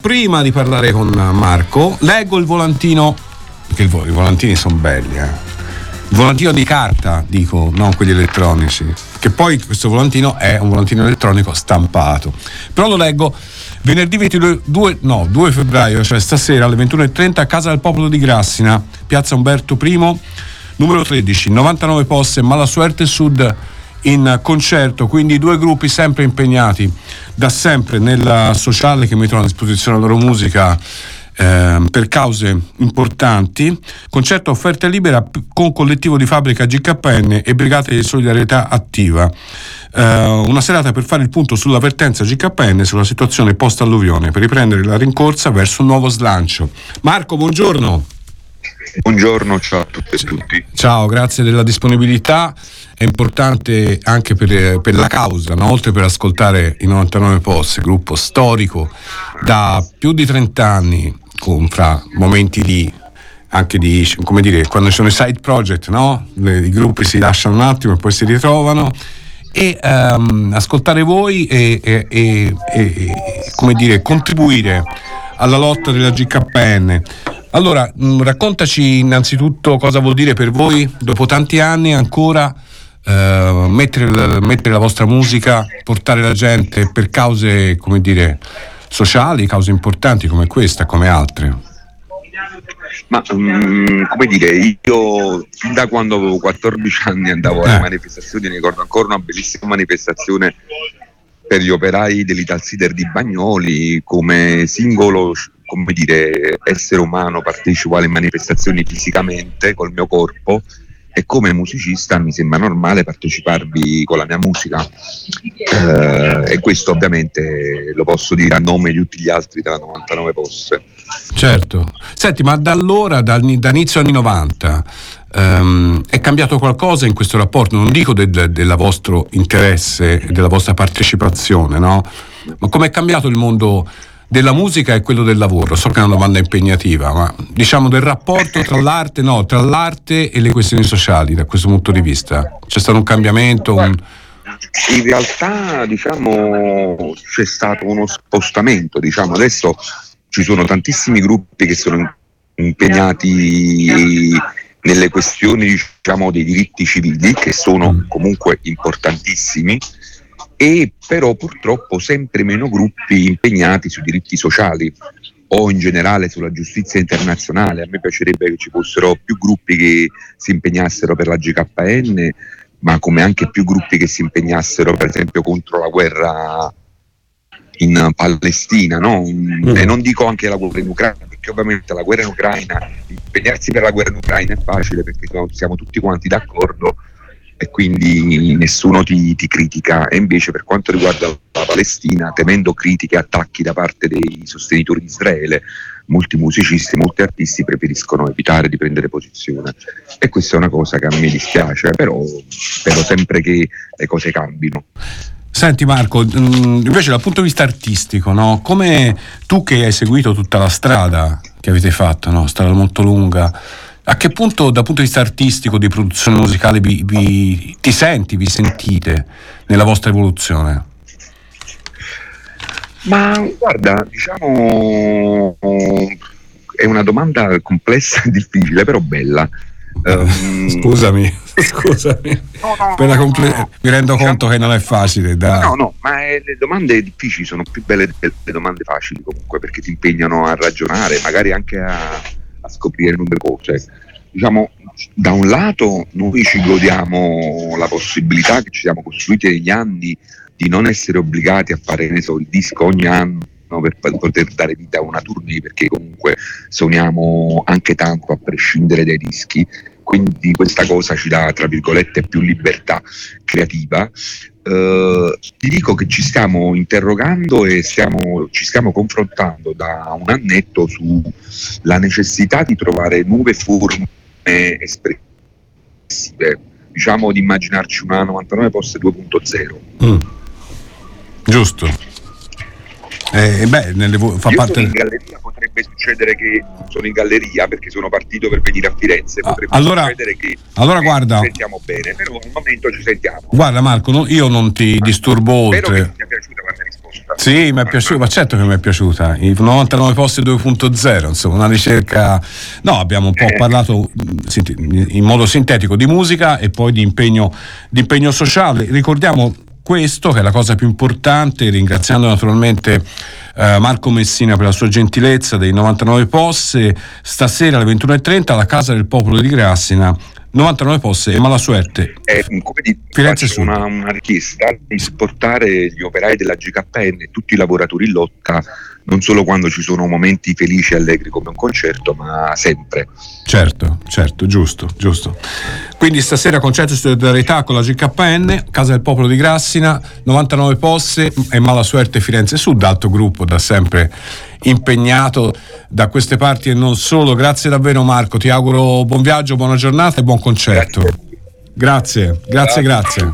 Prima di parlare con Marco, leggo il volantino, perché i volantini sono belli, il volantino di carta, dico, non quelli elettronici, che poi questo volantino è un volantino elettronico stampato, però lo leggo. Venerdì 2 febbraio, cioè stasera alle 21:30 a Casa del Popolo di Grassina, piazza Umberto I, numero 13, 99 poste, Mala Suerte Sud in concerto, quindi due gruppi sempre impegnati da sempre nel sociale, che mettono a disposizione la loro musica per cause importanti. Concerto offerta libera con collettivo di fabbrica GKN e brigate di solidarietà attiva. Una serata per fare il punto sulla vertenza GKN, sulla situazione post alluvione, per riprendere la rincorsa verso un nuovo slancio. Marco, buongiorno. Buongiorno, ciao a tutte e tutti. Ciao, grazie della disponibilità. È importante anche per la causa, no? Oltre per ascoltare i 99 posti, gruppo storico da più di 30 anni, con fra momenti anche di, come dire, quando ci sono i side project, no? I gruppi si lasciano un attimo e poi si ritrovano, e ascoltare voi e come dire, contribuire alla lotta della GKN. Allora, raccontaci innanzitutto cosa vuol dire per voi, dopo tanti anni ancora, mettere la vostra musica, portare la gente per cause, come dire, sociali, cause importanti come questa, come altre. Ma come dire, io da quando avevo 14 anni andavo alle manifestazioni, ricordo ancora una bellissima manifestazione per gli operai dell'Italsider di Bagnoli. Come singolo, come dire, essere umano partecipo alle manifestazioni fisicamente col mio corpo, e come musicista mi sembra normale parteciparvi con la mia musica, e questo ovviamente lo posso dire a nome di tutti gli altri della 99 poste. Certo. Senti, ma da allora, da inizio anni 90, è cambiato qualcosa in questo rapporto? Non dico del vostro interesse e della vostra partecipazione, no? Ma com'è cambiato il mondo della musica e quello del lavoro? So che è una domanda impegnativa, ma diciamo del rapporto tra l'arte e le questioni sociali, da questo punto di vista c'è stato un cambiamento? In realtà, diciamo, c'è stato uno spostamento, diciamo. Adesso ci sono tantissimi gruppi che sono impegnati nelle questioni, diciamo, dei diritti civili, che sono comunque importantissimi, e però purtroppo sempre meno gruppi impegnati sui diritti sociali o in generale sulla giustizia internazionale. A me piacerebbe che ci fossero più gruppi che si impegnassero per la GKN, ma come anche più gruppi che si impegnassero per esempio contro la guerra in Palestina, no? E non dico anche la guerra in Ucraina, perché ovviamente la guerra in Ucraina, impegnarsi per la guerra in Ucraina è facile perché siamo tutti quanti d'accordo e quindi nessuno ti critica, e invece per quanto riguarda la Palestina, temendo critiche e attacchi da parte dei sostenitori di Israele, molti musicisti, molti artisti preferiscono evitare di prendere posizione, e questa è una cosa che a me dispiace, però spero sempre che le cose cambino. Senti Marco, invece dal punto di vista artistico, no? Come tu che hai seguito tutta la strada che avete fatto, no? Strada molto lunga, a che punto dal punto di vista artistico, di produzione musicale vi sentite nella vostra evoluzione? Ma guarda, diciamo, è una domanda complessa e difficile, però bella. Scusami. Mi rendo conto che non è facile. No, ma le domande difficili sono più belle delle domande facili, comunque, perché ti impegnano a ragionare, magari anche a scoprire nuove cose. Diciamo, da un lato noi ci godiamo la possibilità che ci siamo costruiti negli anni di non essere obbligati a fare, ne so, il disco ogni anno per poter dare vita a una tournée, perché comunque suoniamo anche tanto a prescindere dai dischi, quindi questa cosa ci dà, tra virgolette, più libertà creativa. Ti dico che ci stiamo interrogando e ci stiamo confrontando da un annetto sulla necessità di trovare nuove forme espressive, diciamo di immaginarci una 99 poste 2.0. Giusto. Fa parte. In galleria potrebbe succedere che sono in galleria perché sono partito per venire a Firenze, potrebbe succedere che guarda, ci sentiamo bene, però al momento ci sentiamo. Guarda Marco, io non ti disturbo oltre. Spero che ti sia piaciuta la mia risposta. Sì, mi è piaciuta, ma certo che mi è piaciuta. I 99 posti 2.0, insomma, una ricerca. No, abbiamo un po' parlato in modo sintetico di musica e poi di impegno sociale. Ricordiamo questo, che è la cosa più importante, ringraziando naturalmente Marco Messina per la sua gentilezza dei 99 posse. Stasera alle 21.30 alla Casa del Popolo di Grassina, 99 posse e Malasuerte. Firenze Sud. Una richiesta di supportare gli operai della GKN e tutti i lavoratori in lotta, non solo quando ci sono momenti felici e allegri come un concerto, ma sempre. Certo, giusto. Quindi stasera concerto di solidarietà con la GKN, Casa del Popolo di Grassina, 99 posse e Malasuerte Firenze Sud, alto gruppo da sempre impegnato da queste parti e non solo. Grazie davvero Marco, ti auguro buon viaggio, buona giornata e buon concerto. Grazie. Ciao.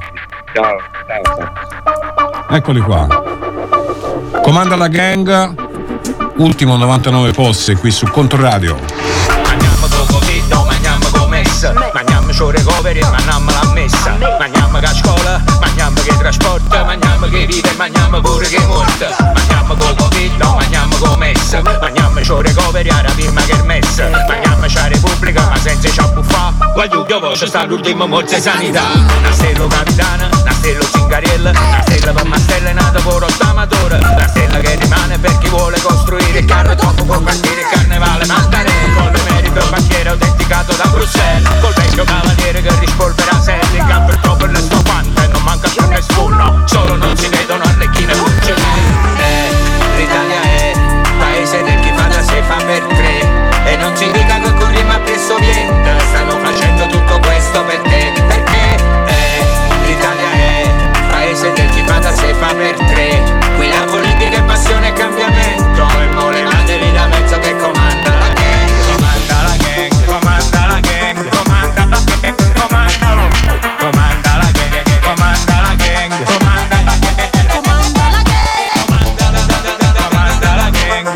Eccoli qua. Comanda la gang, ultimo 99 posse qui su Controradio. Mangiamo cocodino, mangiamo commessa, mangiamo ciò recovery, mangiamo la messa, mangiamo che a scuola, mangiamo che trasporta, mangiamo che vive, mangiamo pure che morta. Mangiamo cocodino, mangiamo commessa, mangiamo ciò recovery, la prima che messa, mangiamo c'è Repubblica ma senza ciabuffà. Voglio che voce sta l'ultimo morte sanità. Nastello capitana, Nastello Zingariella, Nastello per Mastella è nato con rottamatore, la stella che rimane per chi vuole costruire il carro dopo può partire il carnevale Mattarelli, con le merito il banchiere autenticato da Bruxelles, col vecchio cavaliere che rispolvera selli, il campo il topo e le stofante e non manca più nessuno, solo non si vedono arlecchine l'Italia è paese del chi fa da sé fa per tre, e non ci dica che corriamo appresso niente, stanno facendo tutto questo per te, perché l'Italia è paese del chi fa da sé fa per tre, qui la politica è passione e cambiamento, e mole mandevi da mezzo che comanda la gang, comanda la gang, comanda la gang, comanda la gang, comanda la gang, comanda la gang, comanda la gang, comanda la gang, comanda la gang, comanda la gang,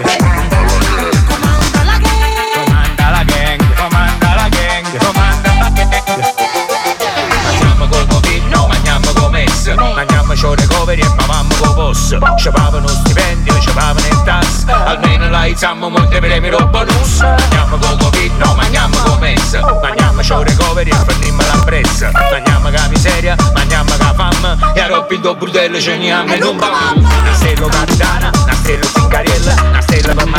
comanda la gang, comanda la gang. Mangiamo col Covid, no, mangiamo con messa, mangiamo ciò recovery e pavamo con boss, ci pavano stipendio, ci pavano il tax, almeno la izziamo molti premi bonus. Mangiamo col Covid, no, mangiamo con messa, mangiamo ciò recovery e fermiamo la pressa, mangiamo che miseria, mangiamo che fame, e a robbi do burdello ce ne hanno e non va più. Nastello capitana, Nastello Zingariella, Nastello per